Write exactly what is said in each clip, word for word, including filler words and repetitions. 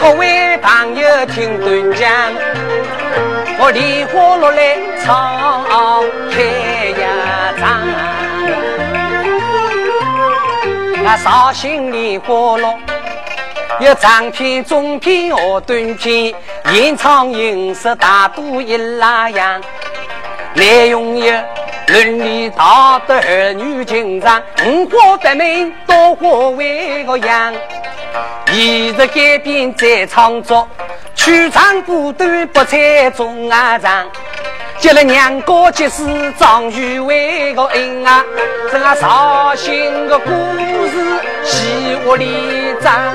各位朋友听段讲，我梨花落来唱开呀唱，那绍兴梨花落有长篇中篇和短篇，演唱形式大都一拉样，内容有伦理道德儿女情长，五花八门多花为个样。现实改编再创作，曲长不短不猜中啊长，接了娘家即是张玉为个恩啊，这啊绍兴个故事戏屋里长。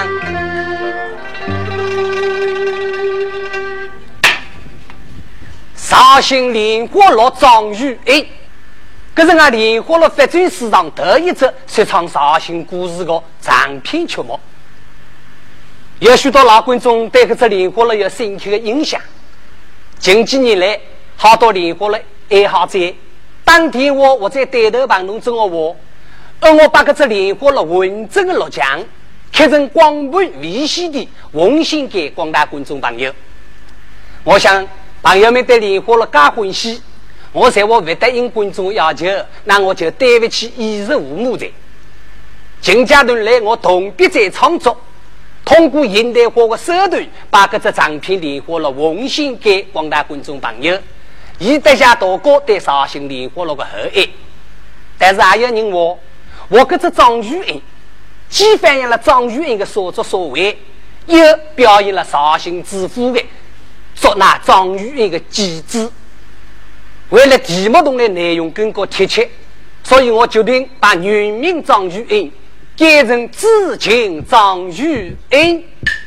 绍兴莲花落张玉恩，这是俺莲花落发展史上头一则说唱绍兴故事的长篇曲目。有许多老观众对这只莲花落有深刻的印象。近几年来，好多莲花落爱好者当天我我在对头旁弄中的话，而我把这只莲花落完整的录像开成广播 V C D 奉献给广大观众朋友。我想朋友们对莲花落加欢喜，我在我不答应观众要求，那我就对不起衣食父母的。近阶段来，我同笔在创作，通过现代化的手段，把这只长篇莲花落奉献给广大观众朋友，以得下大家对绍兴莲花落的厚爱。但是还有人说，我这只张玉英既反映了张玉英的所作所为，又表现了绍兴知府的捉拿张玉英的机智。为了题目中的内容更加贴切，所以我决定把原名张玉英改成致敬张玉英。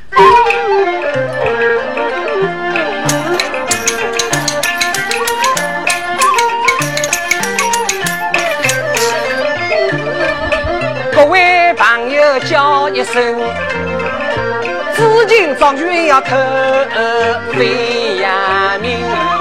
各位朋友叫一声，致敬张玉英要特飞呀名。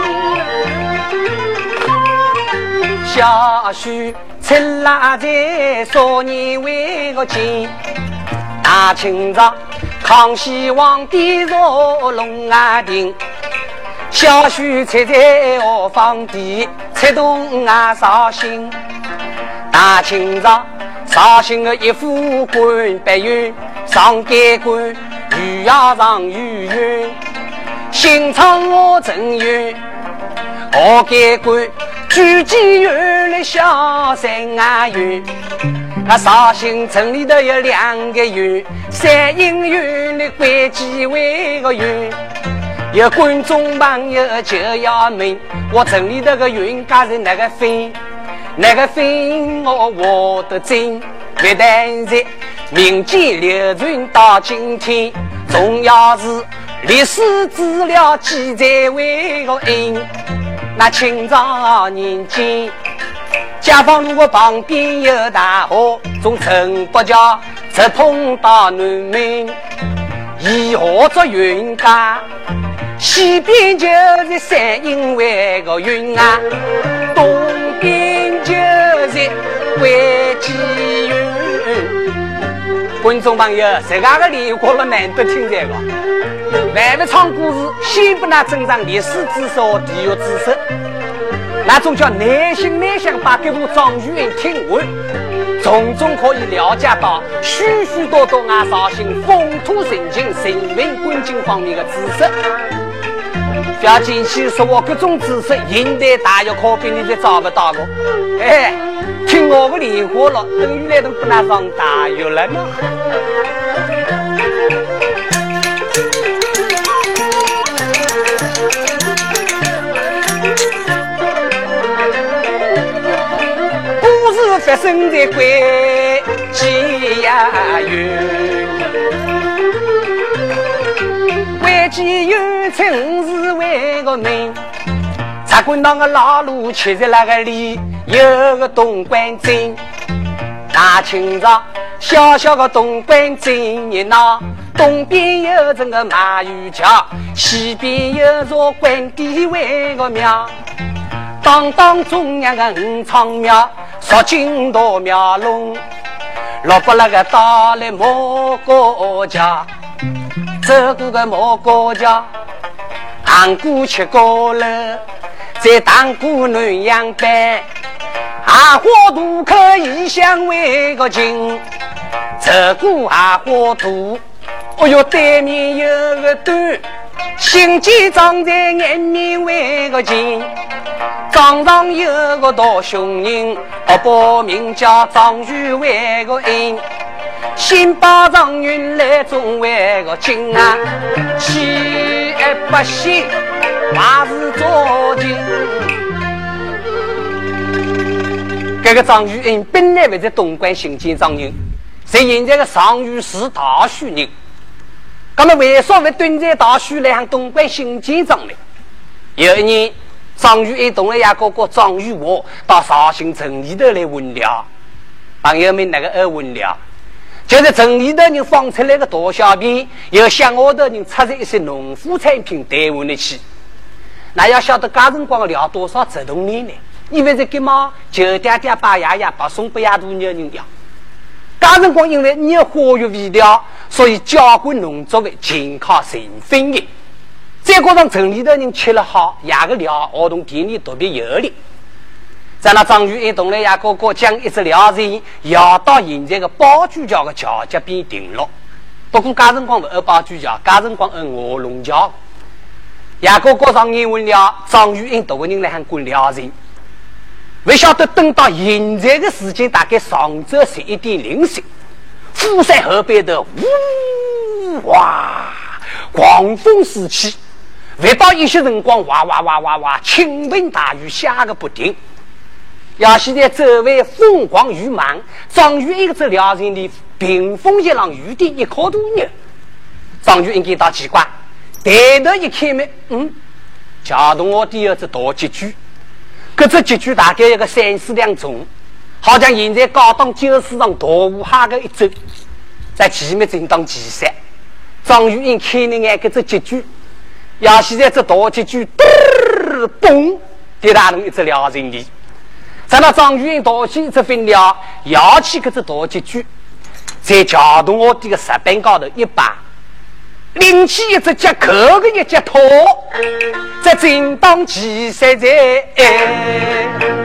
小许趁拉在少年为个劲，大清早康熙皇帝坐龙啊亭，小许踩在何方地，踩动啊绍兴。大清早绍兴的一副官白云，上改官御衙上御云，新昌我正云，何改官举起云来小山啊云，那绍兴城里头有两个云，三阴云的关几位个云。有观众朋友就要问，我城里头个云家是哪个分？哪个分我我的真？不但是民间流传到今天，重要是历史资料记载为个因。那清朝年间，解放路旁边有大河，从城北桥直通到南门，沿河着云家，西边就是三阴湾个云啊，东边就是关几云。观众朋友，这个莲花落难得听这个。万不唱故事，先不拿增长历史知识和体育知识，那种叫耐心耐想把这部张玉英听完，从中可以了解到许许多多啊绍兴风土人情、人文关键方面的知识。不要紧，其实我各种知识现代大学考比你都找不到的。哎，听我的莲花了，等于来都不拿上大学了呢。发生在关几呀云，关几云城市为个名，茶馆那个老路骑在那个里，有个东关镇。大清早小小个东关镇热闹，东边有这个马玉桥，西边有座关帝为个庙。当当中央个五常庙，说金道庙龙，落不那个打来莫国家， 走过个莫过桥，行过七高楼，再荡过南阳北，下花渡口异乡为个情，走过下花渡，哦哟，对面有个端，心机长在眼面为个情，庄上有个大凶人，哦，报名叫张玉为个恩。新把状元来中为个金啊，七而不信，还是做金。这个张玉英本来为在东莞行进状元，是现在的上虞市大书人。那么为什么蹲在大书来向东莞行进状元？有一年，张玉英同了呀哥哥张玉华到绍兴城里头来问了，朋友们那个二问了。就是城里的人放出来的大小便，有乡下的人出着一些农副产品带回来去。那要晓得家人光聊多少直动力呢？因为这个嘛，就爹爹把爷爷把送不亚多鸟人要。家人光因为你要活跃为了，所以交关农作为全靠成分的。再加上城里的人吃了好，也个料活动体力特别有力。在那张玉英同来呀，哥哥将一只辽人摇到现在的宝珠桥的桥脚边停了。不过家人光不按宝珠桥，家人光按卧龙桥。呀哥哥上言问了张玉英多个人来喊管辽人，不晓得等到现在的时间大概上晝十一点零时，富山河边的呜哇狂风四起，未到一些辰光哇哇哇哇哇倾盆大雨下个不停。要现在周围风光雨满，张玉英这辽人里屏风一浪雨滴一颗多牛。张玉英给到奇怪，抬头一看没，嗯，桥洞我第二只大结局，这只结局大概有个三四两重，好像现在高档酒市上大雾下个一周，在前面正当前山。张玉英看了眼这只结局，要现在这大结局嘚嘣跌打成一只辽人里。在那张玉英大起一只分了，摇起这只大结局，在桥洞我的个石板高头一把，拎起一只接口的一截拖，在正当前山在。哎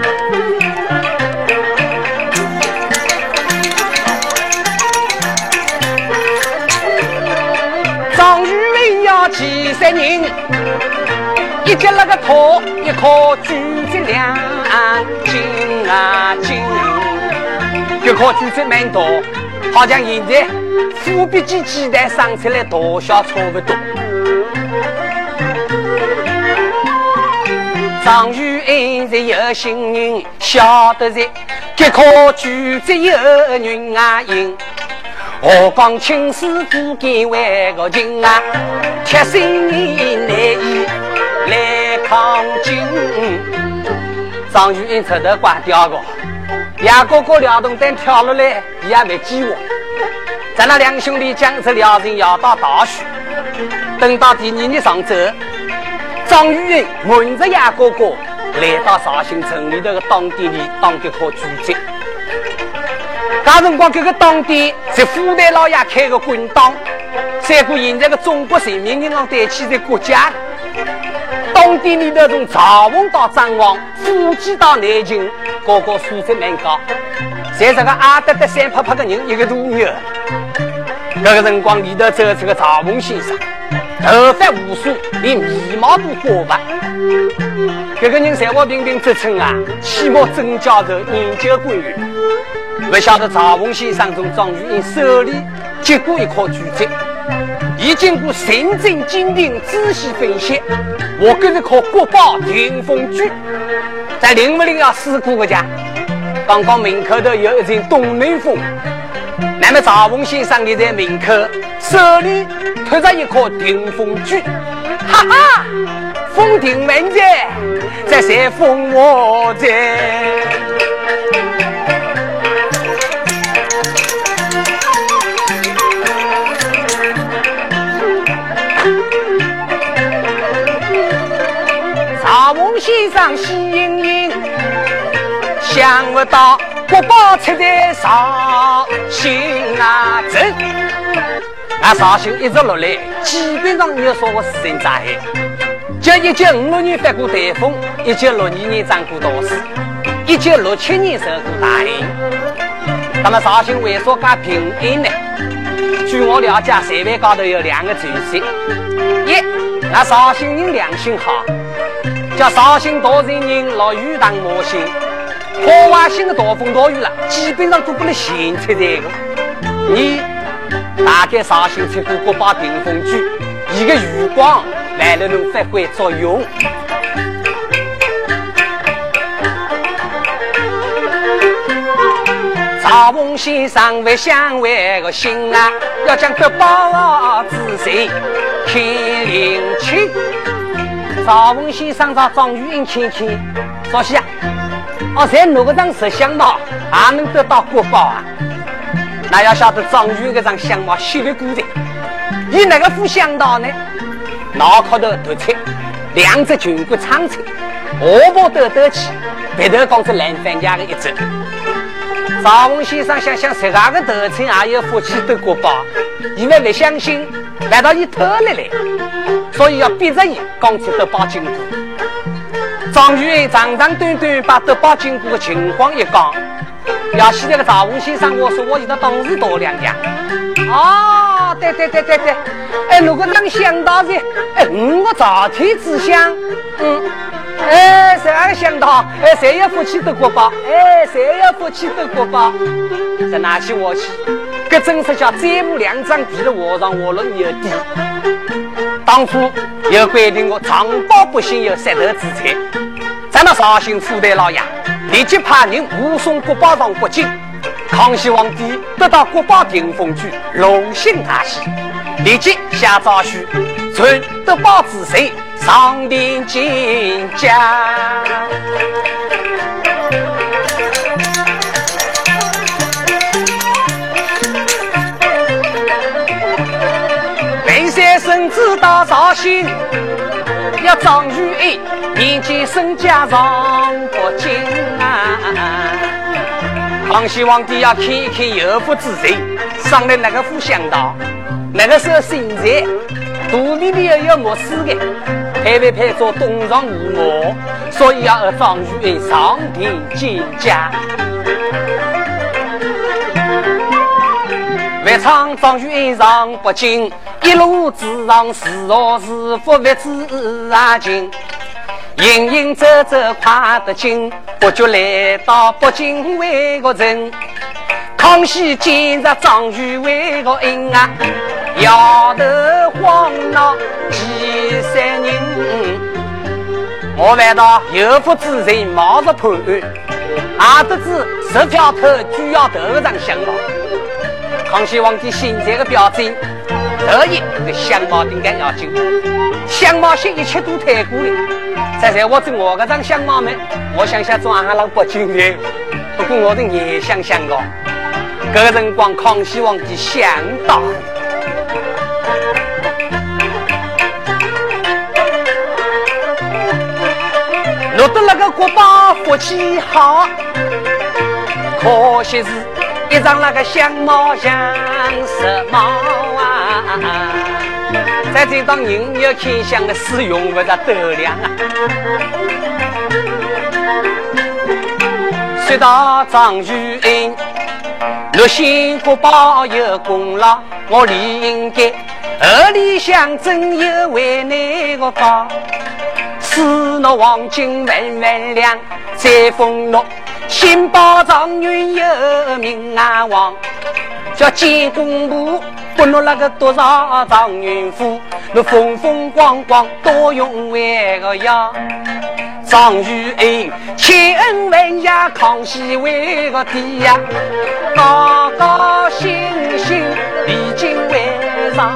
张玉英要几十人，一接那个拖，一颗举着两斤啊斤，一颗举着蛮多，好像现在富比鸡鸡蛋生出来大小差不多。张玉英是有心人，晓得在一颗举着有人啊赢。何况亲师傅给为个情啊，贴心你难以来抗劲。张玉英出头挂掉个，两哥哥廖东丹跳落来，也没激我。在那两兄弟将这辽人摇到大树，等到第二日上走，张玉英瞒着亚哥哥来到绍兴城里头的当地里当这颗主席。那辰光这个当地是富代老爷开个官当，再过现在的中国人民银行带起在国家，当地里头从潮文到张王，福建到南京，个个素质蛮高。在这个阿德德三拍拍的人一个都没有。那个辰光里头走出个潮文先生，头发无数，连眉毛都花白。这个人在我频频职称啊，期末正教授、研究官员。不晓得曹凤先生从张玉英手里接过一颗橘子，已经过神经鉴定、仔细分析，我跟这颗国宝霆锋菊，在灵不灵要试过个家。刚刚门口头有一阵东南风，那么曹凤先生立在门口，手里推着一颗霆锋菊，哈哈，风霆门在，在谁风我在。曹凤先生喜盈盈，想不到国宝出在绍兴啊镇， 啊，绍兴一直落来，基本上你要说我死人灾害。就一九五六年发过台风，一九六二年涨过大水，一九六七年受过大旱。那么绍兴为啥介平安呢？据我了解，社会高头有两个传说：一，那绍兴人良心好，叫绍兴大人人落雨当模型，破坏性的大风大雨了，基本上都不能现出这个。你大概绍兴出过国宝顶风剧，一个余光来了能发挥作用。赵凤先生为乡为个心啊，要将德宝之谁看灵清。赵凤先生找张玉英看看，说是啊，哦，在哪个张石相貌还能得到国宝啊？那要晓得张玉这张相貌稀里古的，以那个副乡道呢，脑壳头突出，两只裙骨长长，下巴得得起，别头讲是蓝番家的一只。赵凤先生想想自家的头称也有福气得国宝，因为不相信，难道伊偷来了，所以要逼着伊讲出德宝金库。张玉长长短短把德宝金库的情况一讲，要是这个赵凤先生，我说我记得当时多两家。哦，对对对对对，哎，如果能想到的，哎，我早天只想，嗯。哎，谁还想到？哎，谁要夫妻得国宝？哎，谁要夫妻得国宝？再拿起我去，这真是叫再无两张皮的和尚我论有地。当初有规定过长保不行有三头之财，在那绍兴府台老爷立即派人护送国宝上北京。康熙皇帝得到国宝顶风剧，荣幸大喜，立即下诏书传德宝之谁上殿见驾。本山圣旨到绍兴，要张玉英年纪身家上北京啊！康熙皇帝要看一看有福之人，上来那个副乡道，那个时候现在肚里里有没事的，配不配做东床无我，所以要张玉英上殿见驾。为唱张玉英上北京，一路之上是哦是福不知啊情。行行走走快得紧，不久来到北京为个人。康熙见着张玉为个英啊，摇头晃脑几三人。我问到有福之人冒着判案，阿得知十条头就要头上相貌。康熙皇帝现在的标准，第一这个相貌应该要紧，相貌性一切都太过了。再在我这我这张相貌呢，我想想装上了北京的，不过我的也想想个，这个辰光康熙皇帝想到，落得那个国宝福气好，可惜是一张那个相貌像什么啊！在这当人要看相的使用不着斗量啊！说到张玉英，六星国宝有功劳，我理应该二里乡真有为那个高，四那黄金万万两，再封诺新保状元有名啊王，叫监工部不弄那个多少状元府，那风风光光多用为个呀。张玉英千恩万谢康熙为个弟呀，高高兴兴历经为上。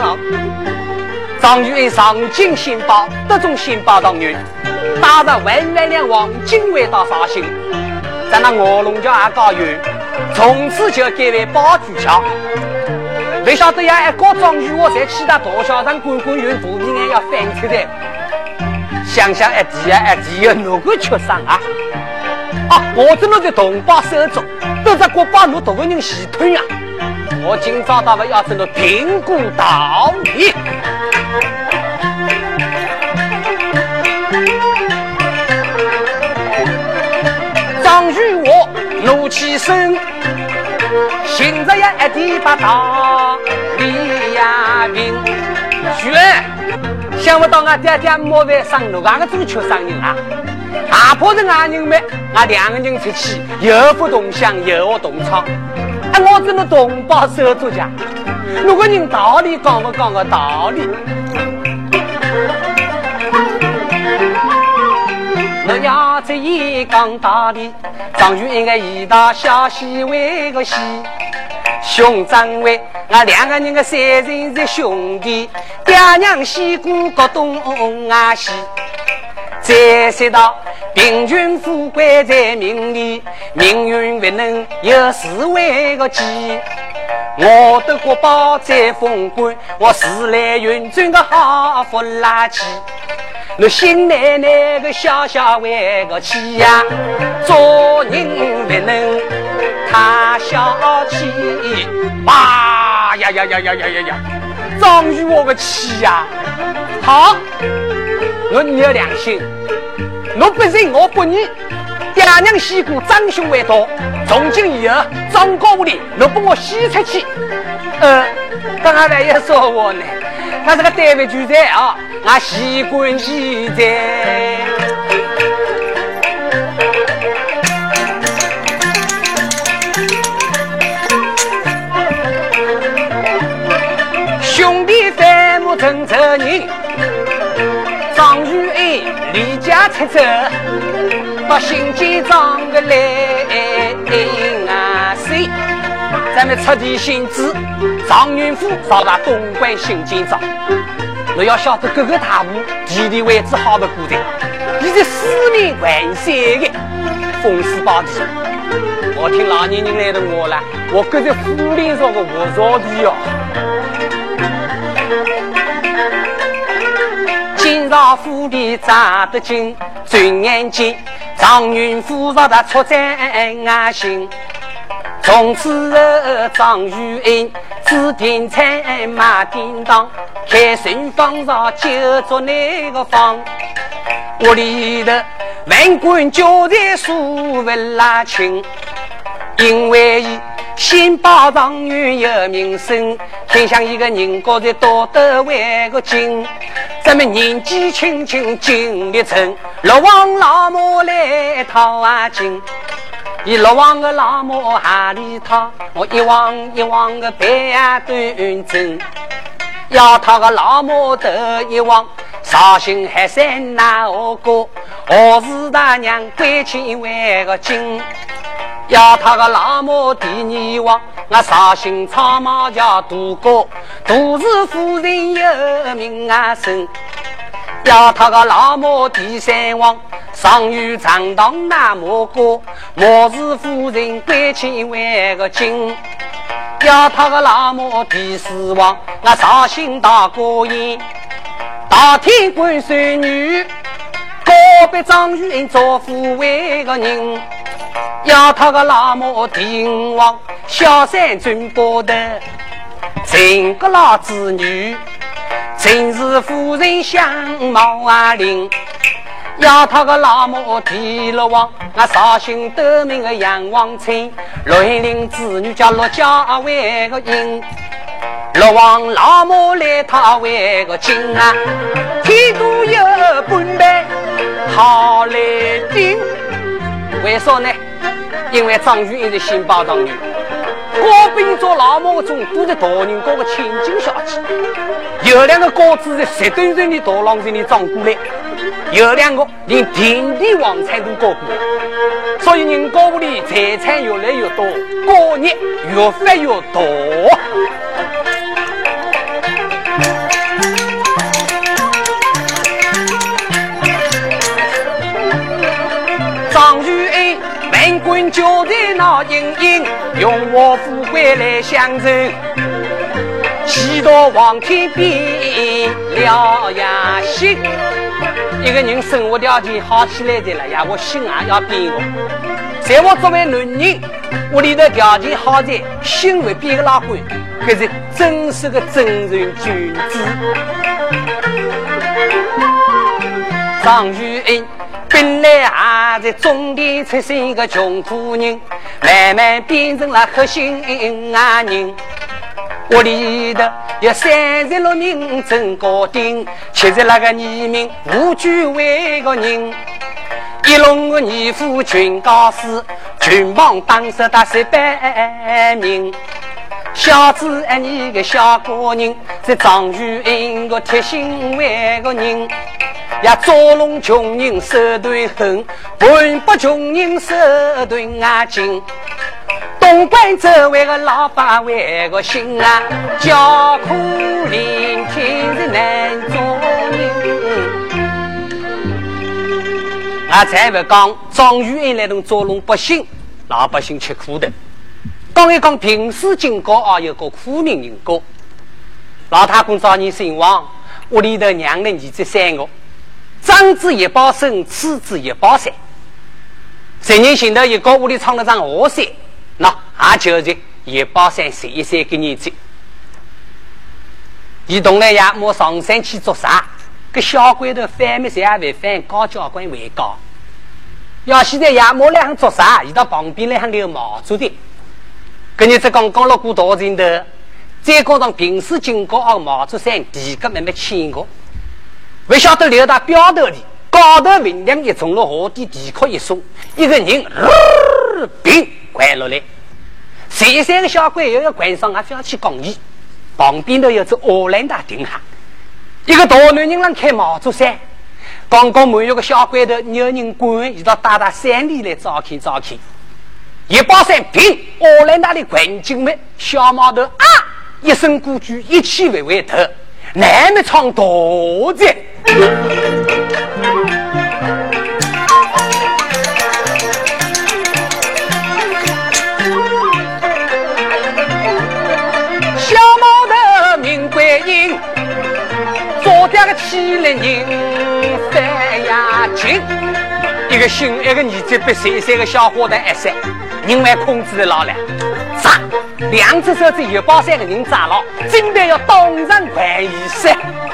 张玉英上京新报得中新报状元，带着万万两黄金回到绍兴，在那卧龙桥也高原，从此就改为宝珠桥。没晓得呀，一高状元我在其他大小上官官员肚皮眼要翻出来。想想一弟啊，一弟有哪个缺伤啊？啊，我这么在同胞手中，都在国宝路多个人洗腿啊！ 我今朝到了要真的评估道理。张玉我怒气生，醒着呀一把道理呀明。学，想不到俺爹爹莫为上路，俺个足球上人啊！阿婆是俺人们，俺两个人出去，又不同乡，又同窗。哎，我真的同胞手足家。如果人道理讲不讲个道理？我要这一讲道理，张玉应该一大小西为个西。兄长为俺两个人的三人是兄弟，爹娘西姑各东啊西。再说到贫穷富贵在命里，命运不能有时为个急。我的国宝在风光，我时来运转个好福垃圾。我心内那个小小为个气呀，做人不能太小气。哇呀呀呀呀呀呀呀！张玉我个气呀！好，我你有良心，我不认我不你，爹娘西姑张兄为多，从今以后张高屋里能帮我洗出去。呃，刚刚还要说我呢，他这个单位就在啊，俺习惯记在。兄弟反目成仇人，张玉安离家出走，把新街张个来啊谁？咱们出地新知，张云富找到东关新街张。我要晓得各个大户地理位置好不过的，你这四面环山的风水宝地。我听老年人来的我了，我跟着府里上个我扫地哦。今朝府里扎得紧，转眼间张云富朝他出战安心。从此后张玉英只点菜马叮当，开顺方上就做那个方。屋里的文官交代数不拉清，因为先报张玉有名声，偏向一个人高在道德为个精。咱们年纪轻轻经历成，老王老母来讨啊金。一老王个老母哈里讨，我一望一望个白啊端正。要讨个老母得一望，绍兴海山那何个？何氏大娘归亲为个金。要讨个老母第二望，我绍兴草帽叫杜哥，杜氏夫人有名啊声。要讨个老母第三望，上有长当那蘑菇，莫氏夫人归亲为个金。要讨个老母第四望，我绍兴大过宴，大天官孙女，告别张玉英做夫为个人。要讨个老母第五望，小三尊波的整个老子女，真是夫人相貌啊灵。要讨个老母第六望，我绍兴得名的杨王清，六林子女叫陆家为个英。六望老母来讨为个金啊，天都有半辈好来顶。为啥呢？因为张玉英是新报状元，高兵做老母中都是大人高的千金小姐，有两个高子在石墩上的大郎上里长过来，有两个连田地旺财都高过来，所以人家屋里财产越来越多，高业越发越多。张玉英文官交代那英英，用我富贵来相赠，祈祷皇天变了呀心。一个人生活条件好起来的了呀，我心也要变哦。在我作为男人， 屋里的条件好在心为比个老官，可是真是个正人君子。张玉英本来还在中地出身个穷苦人，慢慢变成了核心人。屋里的有三十六名真高丁，七十那个年名无惧为个人。一龙个义父全高士，全帮当时打十百名。小子哎，你个小个人，在张玉英个贴心为个人，也捉弄穷人手段狠，盘不穷人手段啊紧。东关这位个老法为个心啊，叫苦聆听是难做人。啊，才不讲张玉英来种捉弄百姓，老百姓吃苦的。讲一讲平时经过啊，有个苦命人过。老太公早年身亡，屋里的娘人儿子三个，长子一包生，次子一包山。十年前头一个屋里闯了张河山，那也就是一包山十一岁个年纪。一同来呀，莫上山去做啥？个小官的翻没谁也为翻，高教官为高。要现在呀，莫来行做啥？伊到旁边来行留毛做的。跟你这刚刚落过大人的，再加上平时经过啊毛竹山地格慢慢牵过，不晓得留到标头里，高头明亮一冲落河底，地壳一松，一个人呃病关落来。十三个小官又要关上，还非要去讲义，旁边头有只荷兰大顶下，一个大男人让开毛竹山，刚刚满有个小官头有人管，一到大大山里来找看找看。一包山平，我来那里环境们小毛头啊，一声孤举，一起为为头，难没闯大灾。小毛头名归阴，昨天个起来人翻呀紧，一个新一个儿子被十三个小伙子挨杀。因为控制的老了，杀两只手指一包三个人砸了，真的要当场关一杀。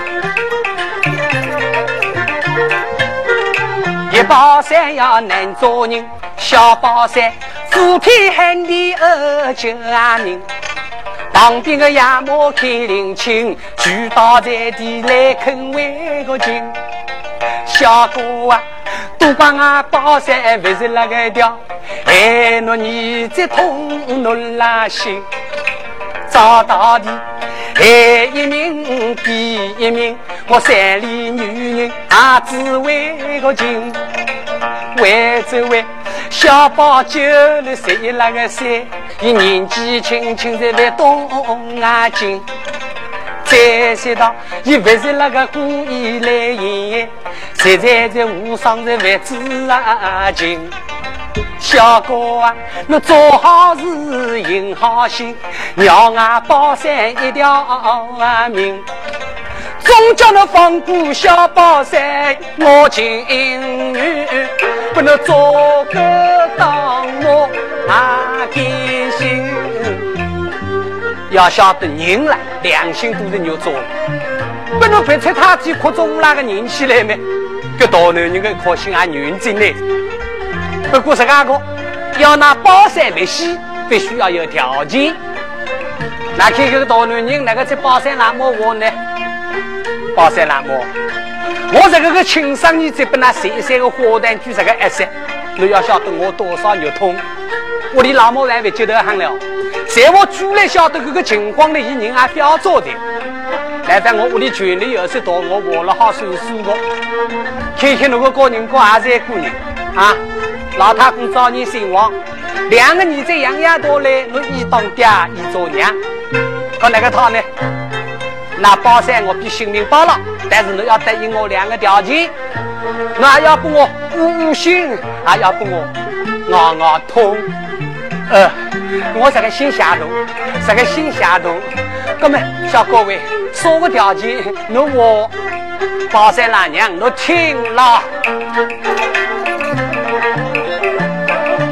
一包三要难做人，小包三富天汉地二救阿人。旁边个亚莫开灵清，举刀在地来肯为个情。小哥啊，都帮啊包三不是那个调。哎，侬你这痛侬拉心，找到的哎一名比一名，我山里女人啊只为个情，为这位小宝九了谁那个谁，伊年纪轻轻在在东啊京，再说到伊不是那个故意来演，实在在无上在为自啊情。小哥啊，你做好事行好心，让俺包山一条命。总叫你放过小包山，我情愿不能做个当我啊开心。要晓得人啦，良心都是肉做，不能别出他几哭着乌拉个人起来咩？个大男人个可心也认真嘞。不过是那个要拿包山来洗，必须要有条件。那看这个大男人，那个在包山那么我呢？包山那么，我这个个亲生儿子被那十三个花旦举这个一塞，你要晓得我多少肉痛。我的老母还没接头行了，在我出来晓得这个情况呢，伊人还不要做的。来在我屋里权力有些多，我活了好舒服的。看看那个个人过还是一个人啊。老太公早年身亡，两个儿子养呀多来，我一当爹，一做娘。可那个他呢？那包山我比性命包了，但是你要答应我两个条件，那要给我五星，还要给我熬熬痛。呃，我这个心下头，这个心下头。那么小各位，说个条件，你我包山老娘，你听了。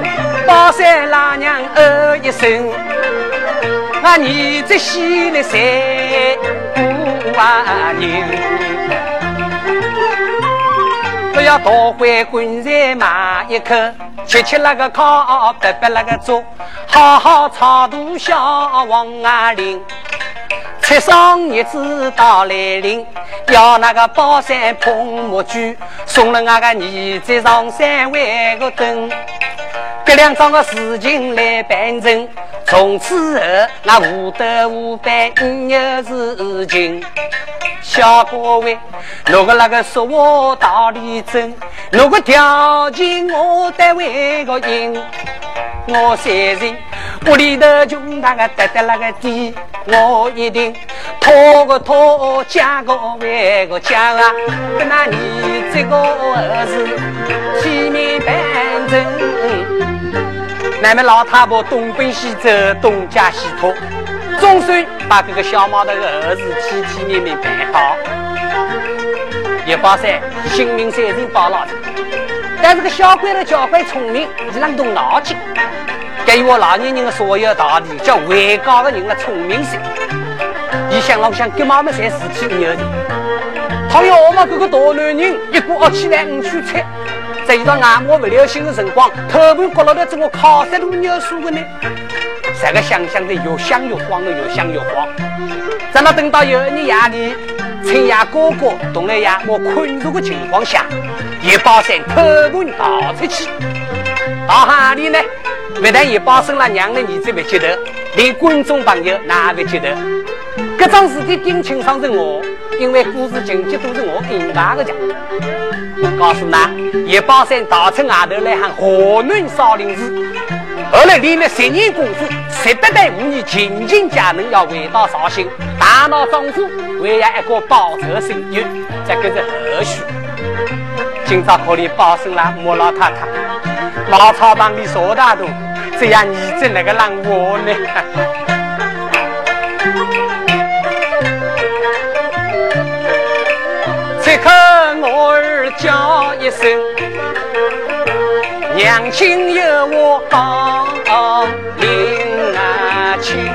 包山老娘哦一声，我儿子死了谁不啊人？我要夺回棺材买一口，吃吃那个糠，白白那个粥，好好超度小王阿玲。七上日子到来临，要那个包山碰木具，送了那个儿子上山为个灯。这两桩个事情来办成，从此后那无得无办五有事情。小各位，如果那个说我道理真，如果条件我得为个赢，我相信屋里头穷那个得得那个地，我一定拖个拖，加个为个加啊！跟那你这个儿子体面办正，那么老太婆东奔西走，东家西拖，总算把这个小毛头的儿子体体面面办好。叶宝山性命三人保老的，但是个小鬼的较怪聪明，是能动脑筋。给我老年人的所有道理，叫位高的人的聪明些。你想老想跟妈妈才事体牛的，倘若我们这个大男人一股恶起来，五去菜，在遇到外貌不流行的辰光，头盘骨落来这个靠山路牛数的呢？这个想象的越想越慌的，越想越慌。咱们等到有一年夜里，趁夜哥哥同来夜我困住的情况下，叶宝山偷盘逃出去，到哪里呢？不但叶宝生了娘的儿子不记得，连观众朋友那不记得。这桩事的定情上是我，因为故事情节都是我安排的讲。告诉那叶宝山逃出外头来喊河南少林寺，后来练了十年功夫，十八代五年勤勤加能要回到绍兴，大闹政府，为了一个报仇心愿，这个是后续。今朝可怜包生了莫老太太，老草房里说大洞，这样你这那个让我呢？此刻我儿叫一声，娘亲有我好领啊亲，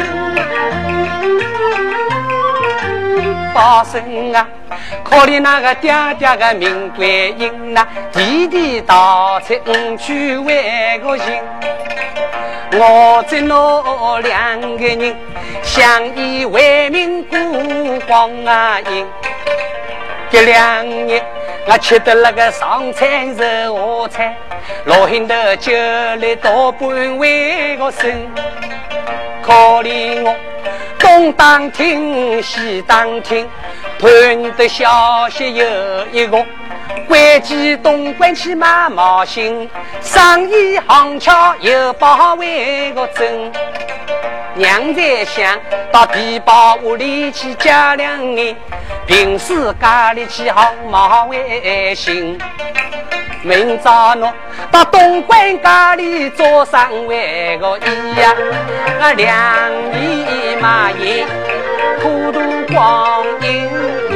包生啊，可怜那个爹爹个名归阴呐，弟弟逃出五去为个行。我这那两个人相依为命过光啊赢，这两日我吃的那个上餐是下餐，老汉头酒来多半为个生，可怜我东当听西当听，盼得消息有一个，关机东关去买毛线，生意行巧又包为个真。娘在想到地包屋里去加两年，平时家里去好毛为行。明早喏到东关家里做上为个衣呀，我两衣马衣孤独光阴。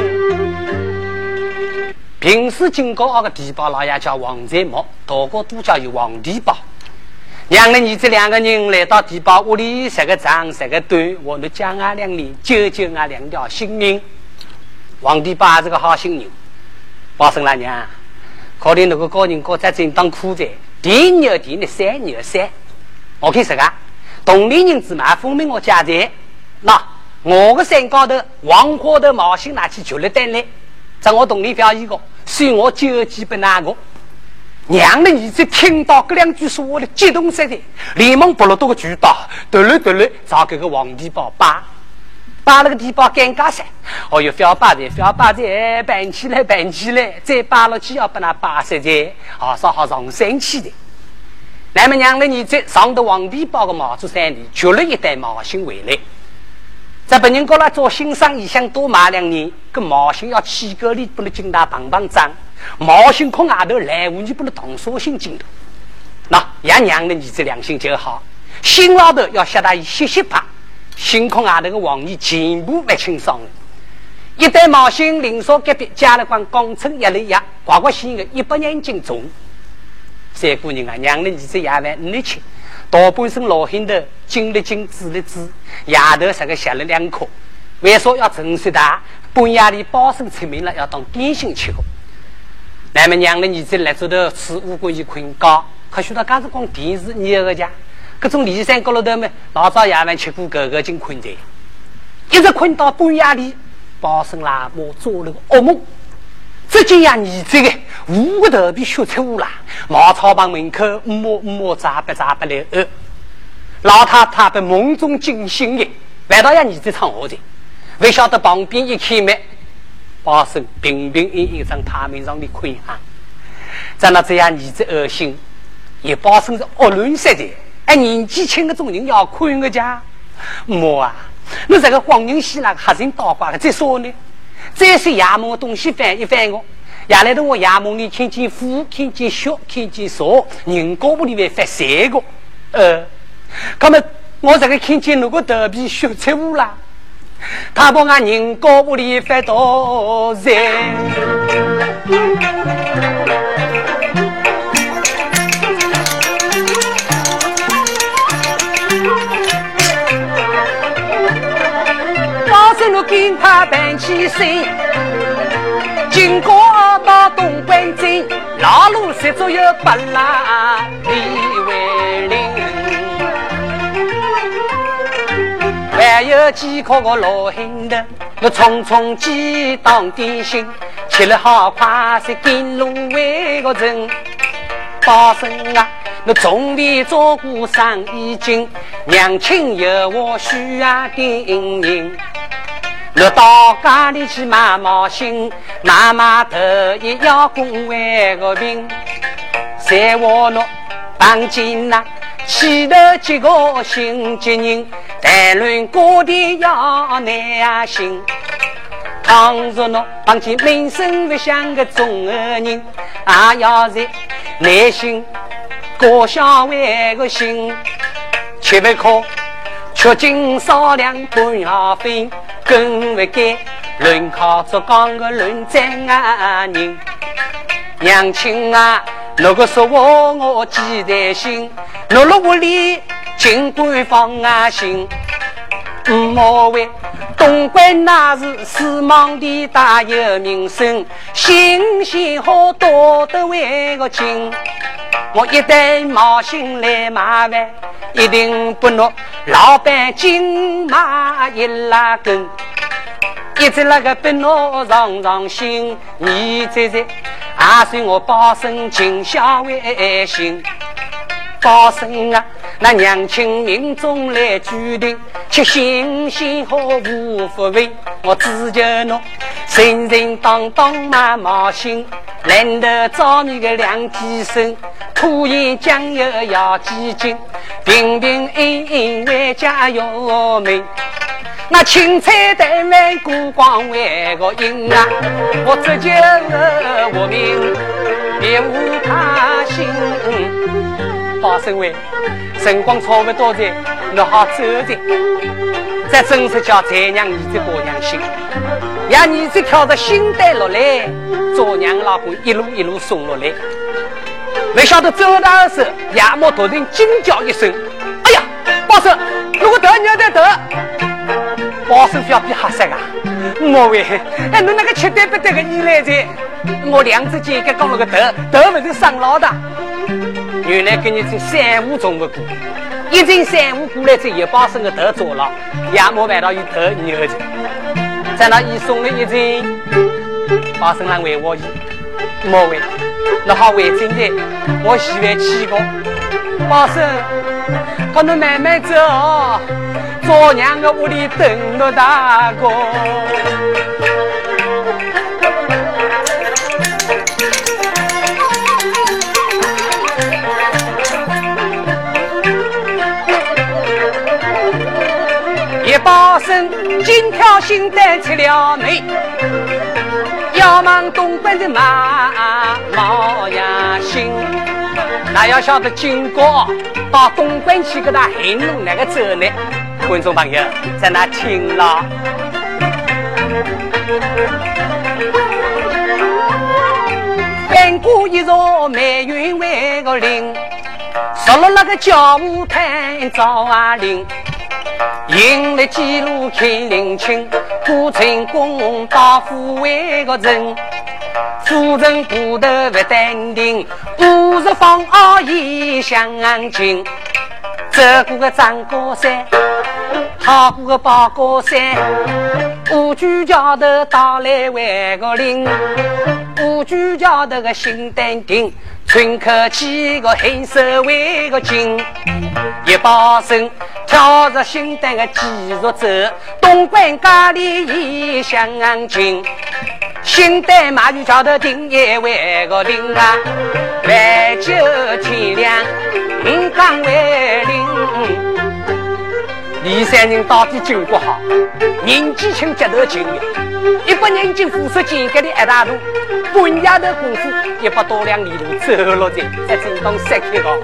平时经过那个地包老爷叫王在茂，大个都叫有王地包。娘的你这两个人来到地包屋里，这个长这个短，我都讲啊两年，救救啊两条性命。王地包是个好心人，包生老娘，可怜那个高人高在正当苦在，地牛地呢三牛三。我看这个同龄人之嘛，分明我家在那我个山高头黄花的毛线拿去就来带来，在我同里表演过，虽我救济不那个。娘的儿子听到这两句说话的激动死的，连忙拨了多个举刀，得了得了，找这个王地包扒，扒那个地包尴尬噻。哦哟，不要扒的，不要扒的，搬起来搬起来，再扒了去要把它扒死的，好少好上生气的。那么娘的儿子上到王地包的毛竹山里，取了一袋毛线回来，在本人过来做新生意，想多买两年，个毛线要起个里不能进大棒棒脏。毛线空外头来无你不能动手心进头，那爷娘的儿子良心就好，心老头要下大一歇歇吧，心空外头的王爷全部不清爽了。一袋毛线零售隔壁加了关工程一类呀，刮刮新的一百元斤重。 三姑娘啊，娘的你这夜晚你吃，大半身老黑的，经了经，治了治，夜头啥个下了两颗。为说要珍惜它，半夜里包生出名了，要当点心吃个。那么娘的你这来做的吃五个一困觉，可许他刚是光电视你个家，各种离山高楼头们，老早夜晚吃过个个经困的，一直困到半夜里，包生拉磨做了个噩梦。这件呀，你这个五个头皮血出了，茅草房门口摸摸咋不咋不来呃，老太太被梦中惊醒的，来到呀你这场何的，为晓得旁边一开门，包生平平安安上台面上的困哈，在那这样你这恶心，也包生是恶乱色的，哎年纪轻的种人要困个家，莫啊，那这个黄人西那个黑人倒挂的，再说呢。这些衙门的东西翻一翻哦，原来的我衙门里看见虎，看见熊，看见蛇，人高屋里面翻三个，呃，那么我这个看见那个头皮血出污了，他把俺人高屋里翻到人。路跟他办起身，经过到东关镇，老路十左右八拉里为零，还有几颗个老黑的，我匆匆几当点心，吃了好快是跟路为个人，包生啊。我从未做过生意经，娘亲有我需要叮咛。我到家里去买毛线，妈妈头一要公为个病，在我那当今呐，起了几个新结人，谈论各地要难行。倘若喏，当今名声不像个中二人，也要在内心过小为个心，吃不可吃尽少量半下分。更不该论靠做讲个论战啊人，娘亲啊，如果说我我记在心，落了屋里尽管放啊心。唔莫为东关那是死亡的大有名声，新鲜好多的为个情。我一旦冒心来买饭，一定不落老板金马一拉根，一直那个不落让让心，你这这还算我包生尽孝为心。包生啊，那娘亲命中来决定，吃新鲜和无福味，我只求侬人人当当买毛心，难得找你个两几身，可以酱油要几斤，平平安安为家有命。那青菜蛋饭过光为个因啊，我这就我命别无他心。包生为辰光差不多的，我好走的，这真是叫才娘儿子过娘心，让儿子挑着心带落来，做娘老公一路一路送落来。没晓得走到时，亚莫突然惊叫一声：“哎呀，包生，如果得你要得得！”包生不要比哈塞啊！莫为，哎，你那个吃对不对个你来着？我两只间该讲了个得，得不是上老的。原来跟你这三五种不过，一阵三五过来这一包生的头做了，也莫买到一头牛子，在那一送了一阵，包生人为我意，莫为，那好为真的，我喜欢七个，包生，可能慢慢走，做娘的屋里等着大哥。包生今条新单出了没？要忙东关的马毛呀心，那要晓得经过到东关去给他黑龙那个走呢？观众朋友在那听了。关过一座美云为个岭，上了那个教务台赵阿玲，迎来几路看林清，古城公大夫为个人，夫人不得不淡定，五十方阿姨相亲，这个个张高山，他个个八高山，五居家的打来为个领，五居家的个心淡定，春客气个黑色为个金，一把身跳着心淡个继续走，东关咖喱一相亲，心淡马就叫的定也为个领啊，晚酒天亮五岗为领。李三人到底经过好，年纪轻接头轻的，一百年斤辐射间隔的一大路，半夜的功夫一百多两里路走了的，才正当三开个。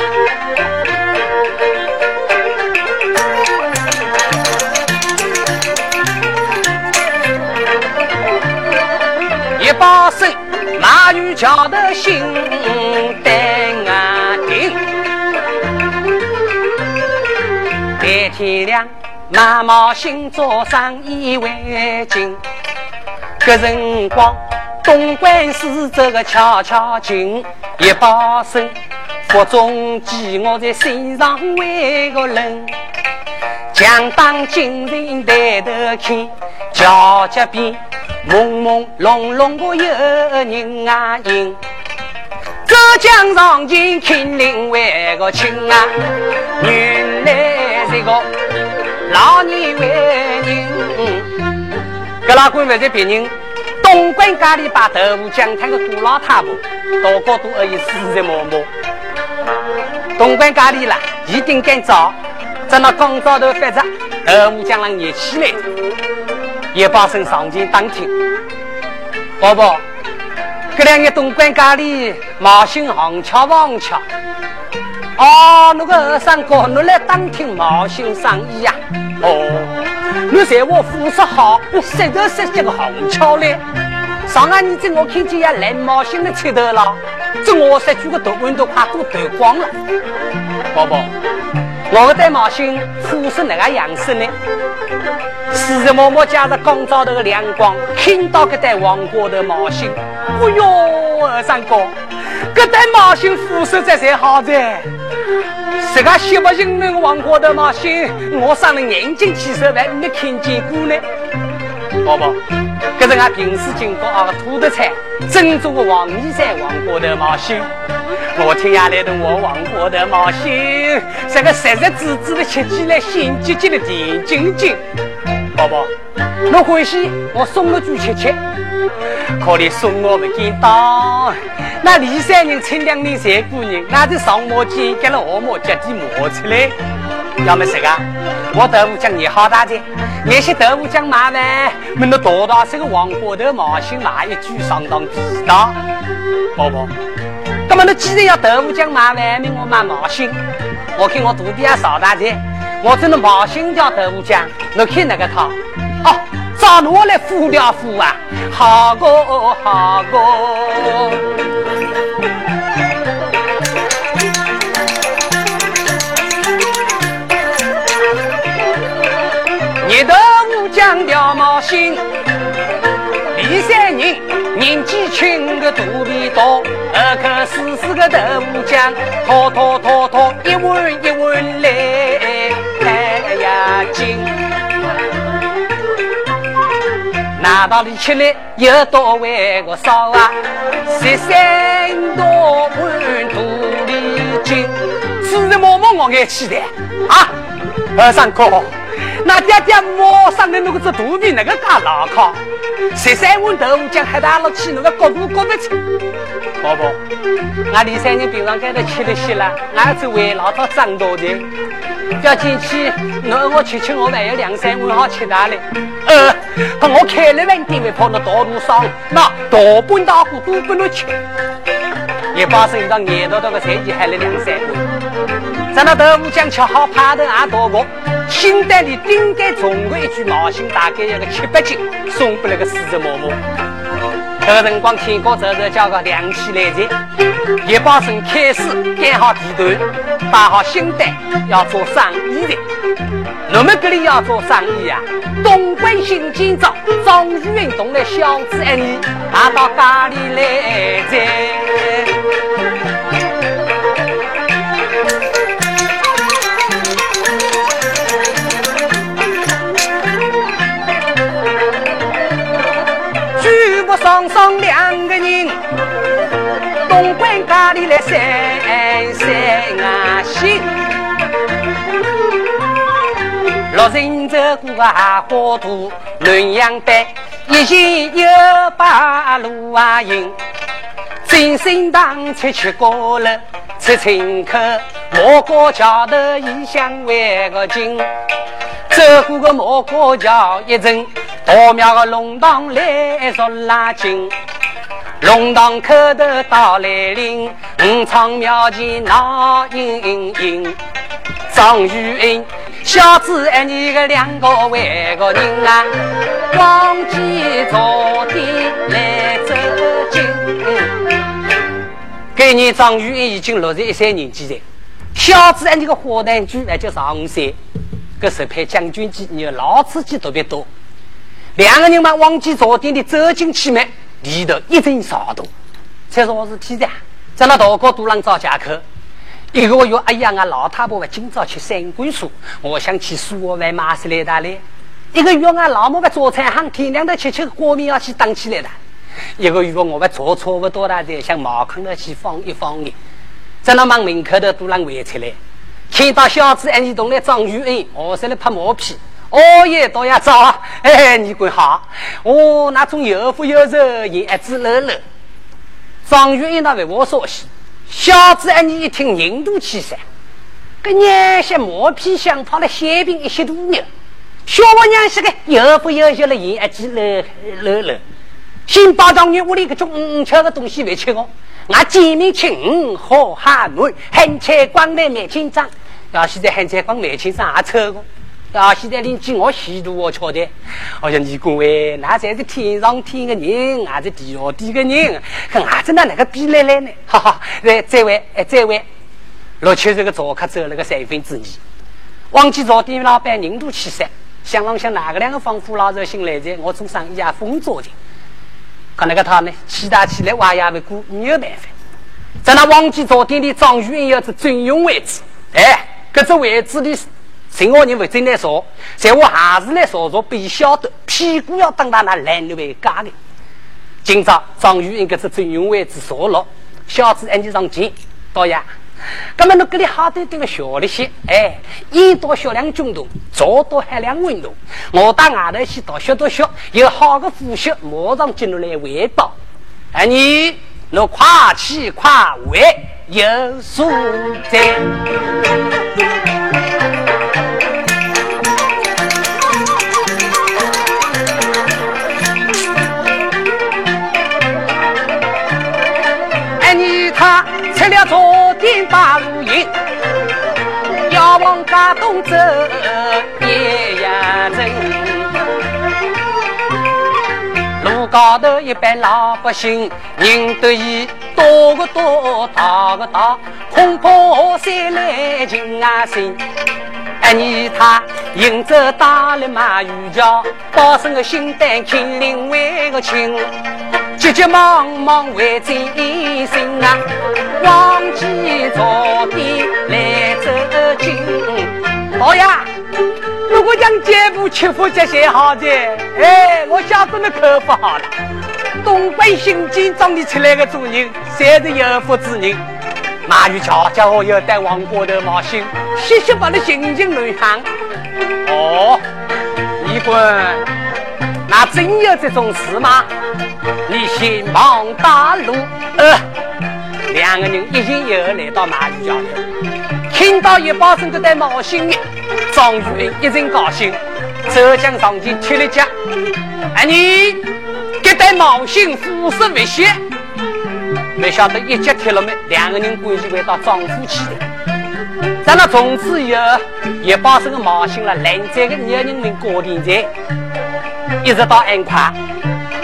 一把手马玉桥的心淡啊定。待天亮，马毛新早上衣为紧。个辰光，东关使这个悄悄进，一把手腹中饥我在身上为个人。强当精神抬头看，桥脚边朦朦胧胧个有人啊影。浙江上前看另外个亲啊，原来这个老年为人，搿老官不是别人，东关家里把豆腐江滩个杜老太婆，大高都而已四十毛毛。东关家里啦，一定干早，在那刚早头发着豆腐江浪热起来，也把身上前当听，宝宝。这两个东关家里毛心行桥王桥，哦，那个二三哥，你来当听毛心生意呀、啊？哦，你在我肤色好，你实头实这个红桥嘞。上岸你在我看见呀蓝毛心的车头了，这我三句个头温都快都抖光了。宝宝，我的毛心肤色哪个样式呢？四十毛毛加上刚照头的亮光，看到这带黄瓜的毛心，哎呦，二三哥，这带毛心肤色才才好噻。这个洗不净那个黄瓜的毛心，我上了眼睛七十万没看见过呢。宝宝，这是俺平时经过啊个土的菜，正宗的黄泥山黄瓜的毛心。我听下来的我黄瓜的毛心，这个实实子子的吃起来鲜唧唧的甜津津。宝宝，你欢喜我送了句吃吃，可怜送我不见到。那李三人称两年三姑人，那就上磨尖给了我磨脚底磨出来。要么这个，我豆腐酱也好大的，那些豆腐酱麻烦，没那多大这个黄瓜头毛心拿一句相当地道。宝宝，那么你既然要豆腐酱麻烦，我买毛心，我看我徒弟也少大的。我真的毛心叫豆腐酱，你看那个套，哦，找我来敷了敷啊，好个好个。你豆腐酱掉毛心，李三人年纪轻个肚皮大，二颗丝丝个豆腐酱，拖拖拖拖一碗一碗来。哎呀，金拿到里去来有多为个烧啊，十三多碗肚里金，四十毛毛我爱吃的啊！二三哥，那爹爹摸上的那个只肚皮那个大牢靠，十三碗豆腐酱还打了起那个高度高不吃。宝宝，俺李三人平常给他吃了些了，俺是为老早长大的。要进去，那我吃吃，我还有两三碗好吃的嘞。呃，我开了碗店面跑到道路上，那大半大锅都不能吃。一把身上捏到那个菜鸡还了两三碗，在那豆腐酱吃好，趴的也多个。新袋里顶该重个一句毛心，大概有个七八斤，送不来个四十毛毛。 这个辰光天高这个叫个亮起来的，叶宝生开始改好地段，打好新单，要做生意的。我们这里要做生意啊，东关新建造张玉运动的小子儿女拿到家里来在。举不双双两个人，东关家里来散散啊心。六人走过啊花土乱阳白，一前有八路啊迎。真心当出去过了吃清口，莫过桥头异乡为个近。走过个莫过桥一阵，大庙个龙堂来入拉近。龙堂口头到来临，五常庙前闹盈盈。张玉英小子儿你个两个为个人啊，忘记昨天来走近。给你张玉英已经六十一岁年纪了，小子儿你个花旦剧也就上五岁，个时派将军级你老司机特别多。两个人嘛忘记昨天的走进去没，里头一阵骚动，才说是体的，在那大哥都让找家口。一个月，哎呀，我老太婆今早去三桂树，我想去苏我外马斯来打嘞。一个月，我老母个做菜行，天亮的吃吃过面要去当起来的。一个月，我们做错不多大的，向茅坑那去放一放的，在那忙门口的都让围出来，看到小子安你懂来张玉恩，我是来拍毛皮。哦耶，多呀早，哎，你滚好，哦，那种有福有肉，也爱滋乐乐。张玉恩那为我说起。小子儿你一听人都气噻，个娘些毛皮香泡了血饼一些都牛，小我娘些个有不有些了眼一记了了了，新包装女屋里个种五吃个东西没吃过，俺见面请五好哈妹，汉菜光来买清账，要现在汉菜光买清账也抽过。啊！现在连进我西路我瞧的，我想你讲喂，那才是天上天的人，还是地下地的人，跟俺这那那个比来来呢？哈哈！再再位，哎，再位，六七这个早客走了个三分之二，忘记早店老板人都气散，想啷想哪个两个防护老热心来着？我从生意啊丰做的，可那个他呢，气大起来挖呀为顾，没有办法。在那忘记早店的张玉要是专用位置，哎，搿只位置的。任何人不真来说，在我还是来说说，必晓得屁股要等到那烂的为家的。今朝张玉英搿只专用位置坐落，小子按你上前，导呀，咁么侬搿里好点点个小了些，哎，一到小量运动，做到海量运动，我到外头去到学到学，有好个呼吸，马上进入来味道。哎，你侬快去快回有所在。他吃了昨天八路营，要往家东走夜呀阵。路高头一般老百姓认得伊，多个多，大个大，恐怕山来情啊心。哎，你他迎着大了马玉桥，保生个心胆亲另外个亲。急急忙忙为真心啊，忘记昨天来走近。老呀，如果将这部切腹这些好的，哎，我晓得你口不好了。东北新建长得出来的主人，侪是有福之人。马玉桥叫我要带王国的毛心，谢谢把你心情暖行。哦，你滚！那真有这种事吗？你先忙大路，呃，两个人一前一后来到马玉桥头，听到一把声这带毛心的，张玉一阵高兴，浙江上前踢了脚，哎你这带毛心肤色危险，没晓得一脚踢了没，两个人关系回到丈夫妻的。在那从此以后，一把声的毛心了，连这个女人们过年在。一直到安快，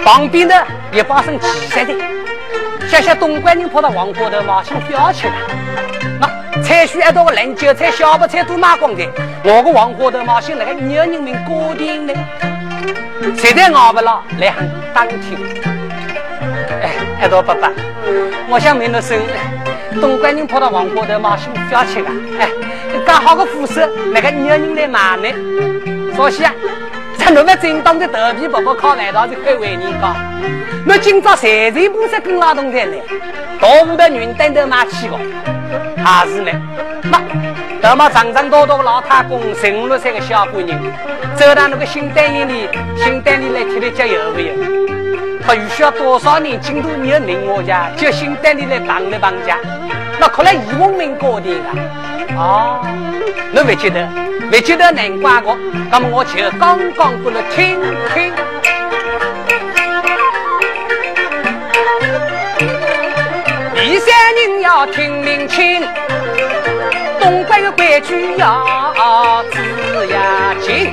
旁边的也发生奇赛的。想想东关人跑到黄河头嘛，想不要去了。那采取一道篮球菜、小白菜都卖光的，我个黄河头嘛，想那个女人民固定的，谁在熬不了来喊当听。哎，爱多爸爸，我想问的是，东关人跑到黄河头嘛，想不要去了。哎，刚好个肤色，那个女人来买呢，所以啊。咱那么正当的头皮宝宝靠外头是会为你讲，那今朝谁谁不是跟劳动的呢？大屋的云灯都买起个，还是呢？那那么长长多多的老太公，十五六岁的小姑娘，走到那个新单元里，新单元来贴了加油不有？他有需要多少年进度没有领我家，就新单元来帮了帮家，那看来以文明高的啊！哦，你不觉得？不觉得难怪我？那么我就刚刚不能听听。第三人要听明清，东关的规矩要知呀紧。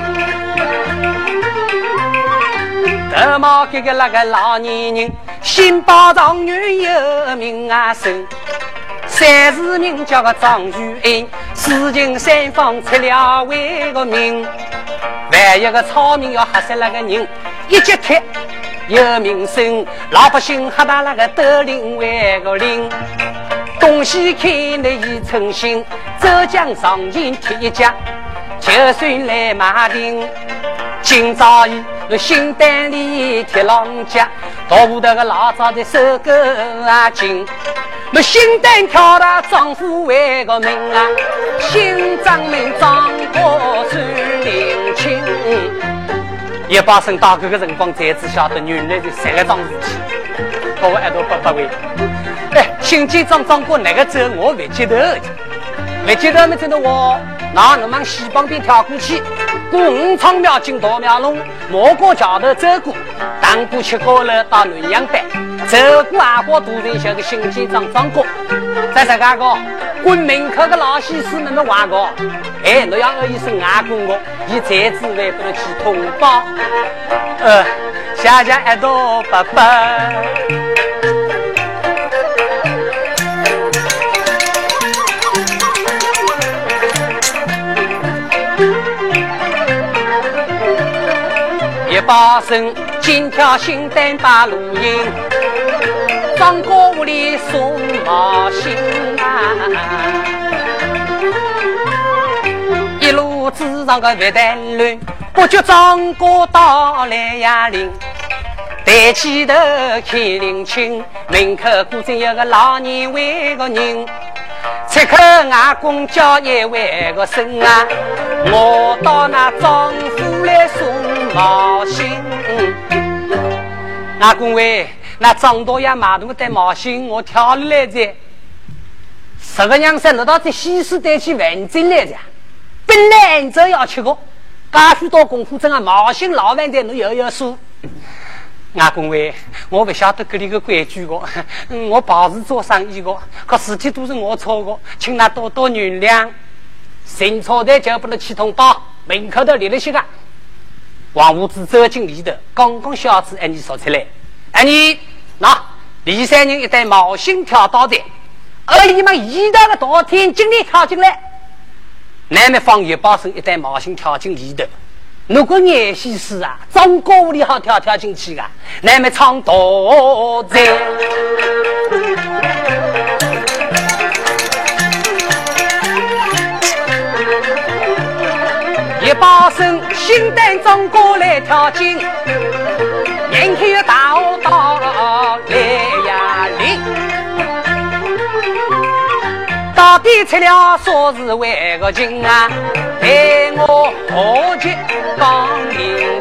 那么这个那个老年人，新报状元有名啊声。三十名叫个张玉英，四进三方出了为个名。万一个草民要吓死那个人，一脚踢有名声，老百姓吓到那个得令为个令。东西看的一称心，浙江上前踢一脚，就算来马丁。今朝伊那新单里踢浪家，大屋头个老早的手狗啊紧。那新单跳了丈夫为个名啊，新掌门张国最领情。一把声大哥个辰光才知晓得原来是谁个桩事体。各位耳朵不不位，哎，新进张张国那个走我没记得，没记得没真的我，那我们西旁边跳过去，过五场庙进大庙龙，莫过桥头走过，荡过七高楼到南阳北。走过阿花都人小个新进张张国，在这个个关门口的老西施们们话个，哎，侬要二一声阿公我，以才子为不能去通报，呃，谢谢耳朵爸爸。一把声金条新单把路引。张国屋里送马行啊，一路之上个别单乱，不觉张国到来呀临，抬起头看林清，门口果真有个老年为个人，出口外公叫一位个声啊，我到那张府来送马行，外公喂。那张多呀，马东带毛线，我挑来着。十个娘生，我到这西市带去完整来着。本来按照要吃个，加许多功夫，真啊毛线老板的侬又要数。阿公喂，我不晓得这里个规矩个，嗯，我保持做生意个，可事体都是我错个，请他多多原谅。新错的就不能去通报，门口头立了些个。王五子走进里头，刚刚小子按你说出来。哎，你那李三人一带毛线跳到的，而你们一到个大天经理跳进来，南面放一把绳一带毛线跳进里头。如果眼西施啊，张国屋里好跳跳进去啊，南面唱大在。一把绳新单张过来跳进。眼看大河到来呀临，到底出了说是为个情啊，待我何急讲明